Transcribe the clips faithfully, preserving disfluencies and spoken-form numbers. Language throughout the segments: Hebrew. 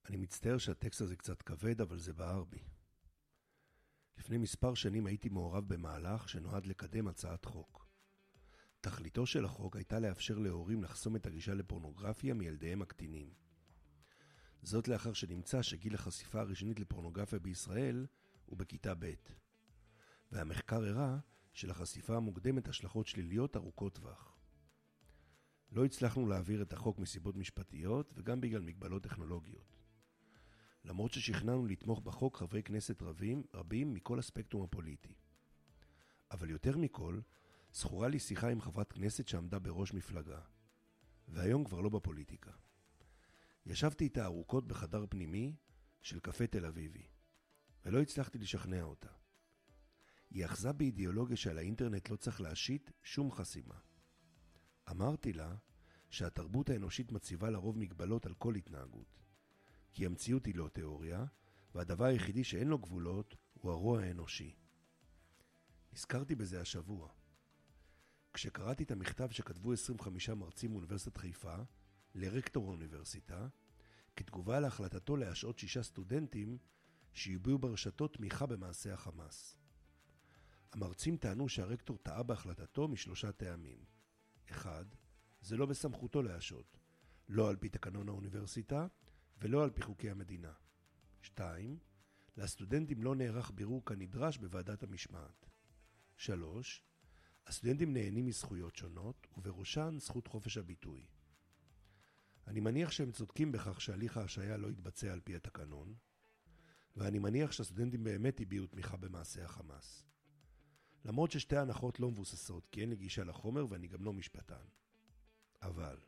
אני מצטער שהטקסט הזה קצת כבד, אבל זה בער בי. לפני מספר שנים הייתי מעורב במהלך שנועד לקדם הצעת חוק. תכליתו של החוק הייתה לאפשר להורים לחסום את הגישה לפורנוגרפיה מילדיהם הקטינים. זאת לאחר שנמצא שגיל החשיפה הראשונית לפורנוגרפיה בישראל הוא בכיתה ב'. והמחקר הראה שלחשיפה המוקדמת השלכות שליליות ארוכות טווח. לא הצלחנו להעביר את החוק מסיבות משפטיות וגם בגלל מגבלות טכנולוגיות. למרות ששכנענו לתמוך בחוק חברי כנסת רבים, רבים מכל הספקטרום הפוליטי. אבל יותר מכל, זכורה לי שיחה עם חברת כנסת שעמדה בראש מפלגה, והיום כבר לא בפוליטיקה. ישבתי איתה ארוכות בחדר פנימי של קפה תל אביבי, ולא הצלחתי לשכנע אותה. היא אחזה באידיאולוגיה שעל האינטרנט לא צריך להשית שום חסימה. אמרתי לה שהתרבות האנושית מציבה לרוב מגבלות על כל התנהגות, כי המציאות היא לא תיאוריה, והדבר היחידי שאין לו גבולות הוא הרוע האנושי. נזכרתי בזה השבוע. כשקראתי את המכתב שכתבו עשרים וחמישה מרצים מאוניברסיטת חיפה לרקטור האוניברסיטה, כתגובה להחלטתו להשעות שישה סטודנטים שהביעו ברשתות תמיכה במעשה החמאס. המרצים טענו שהרקטור טעה בהחלטתו משלושה טעמים. אחד, זה לא בסמכותו להשעות, לא על פי תקנון האוניברסיטה ולא על פי חוקי המדינה. שתיים, לסטודנטים לא נערך בירור כנדרש בוועדת המשמעת. שלוש, הסטודנטים נהנים מזכויות שונות ובראשן זכות חופש הביטוי. אני מניח שהם צודקים בכך שהליך ההשעיה לא יתבצע על פי התקנון, ואני מניח שהסטודנטים באמת הביעו תמיכה במעשה החמאס. למרות ששתי ההנחות לא מבוססות, כי אין לי גישה לחומר ואני גם לא משפטן. אבל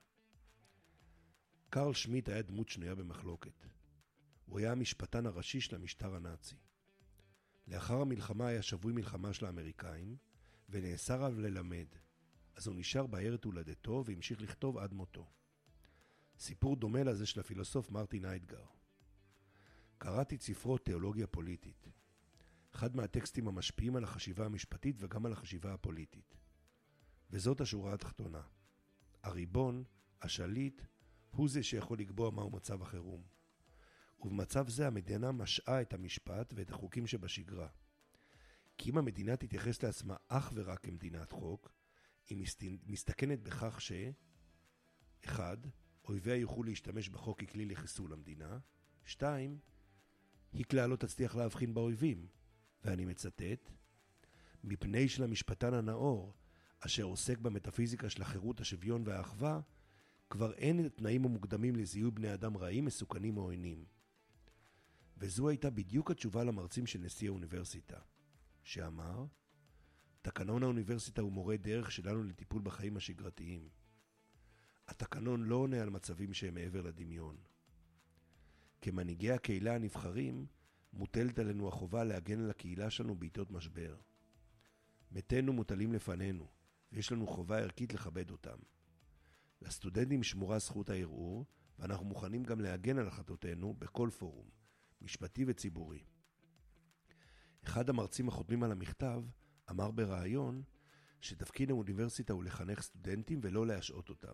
קרל שמיט היה דמות שנויה במחלוקת. הוא היה המשפטן הראשי של המשטר הנאצי. לאחר המלחמה היה שבוי מלחמה של האמריקאים, ונאסר עליו ללמד, אז הוא נשאר בעיירת הולדתו והמשיך לכתוב עד מותו. סיפור דומה לזה של הפילוסוף מרטין היידגר. קראתי את ספרו תיאולוגיה פוליטית, אחד מהטקסטים המשפיעים על החשיבה המשפטית וגם על החשיבה הפוליטית. וזאת השורה התחתונה. הריבון, השליט, הוא זה שיכול לקבוע מהו מצב החירום. ובמצב זה המדינה משעה את המשפט ואת החוקים שבשגרה. כי אם המדינה תתייחס לעצמה אך ורק כמדינת חוק, היא מסתכנת בכך ש... אחד, אויביה יוכלו להשתמש בחוק ככלי לחיסול המדינה. שתיים, היא כלל לא תצליח להבחין באויבים. ואני מצטט, מפני של המשפטן הנאור, אשר עוסק במטאפיזיקה של החירות, השוויון והאחווה, כבר אין את התנאים המוקדמים לזיהוי בני אדם רעים, מסוכנים או עוינים. וזו הייתה בדיוק התשובה למרצים של נשיא האוניברסיטה, שאמר, תקנון האוניברסיטה הוא מורה דרך שלנו לטיפול בחיים השגרתיים. התקנון לא עונה על מצבים שהם מעבר לדמיון. כמנהיגי הקהילה הנבחרים, מוטלת עלינו החובה להגן על הקהילה שלנו בעיתות משבר. מתינו מוטלים לפנינו, ויש לנו חובה ערכית לכבד אותם. לסטודנטים שמורה זכות הערעור, ואנחנו מוכנים גם להגן על החלטותינו בכל פורום, משפטי וציבורי. אחד המרצים החותמים על המכתב אמר בראיון שתפקיד האוניברסיטה הוא לחנך סטודנטים ולא להשעות אותם.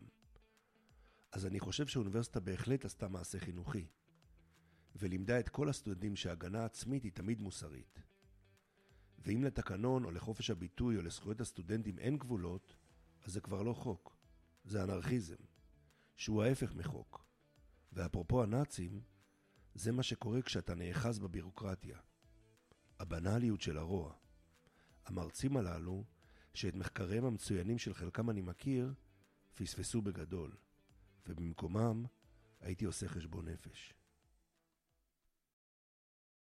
אז אני חושב שהאוניברסיטה בהחלט עשתה מעשה חינוכי, ולימדה את כל הסטודנטים שההגנה עצמית היא תמיד מוסרית. ואם לתקנון או לחופש הביטוי או לזכויות הסטודנטים אין גבולות, אז זה כבר לא חוק. זה אנרכיזם, שהוא ההפך מחוק. ואפרופו הנאצים, זה מה שקורה כשאתה נאחז בבירוקרטיה. הבנליות של הרוע. המרצים הללו, שאת מחקריהם המצוינים של חלקם אני מכיר, פספסו בגדול. ובמקומם הייתי עושה חשבון נפש.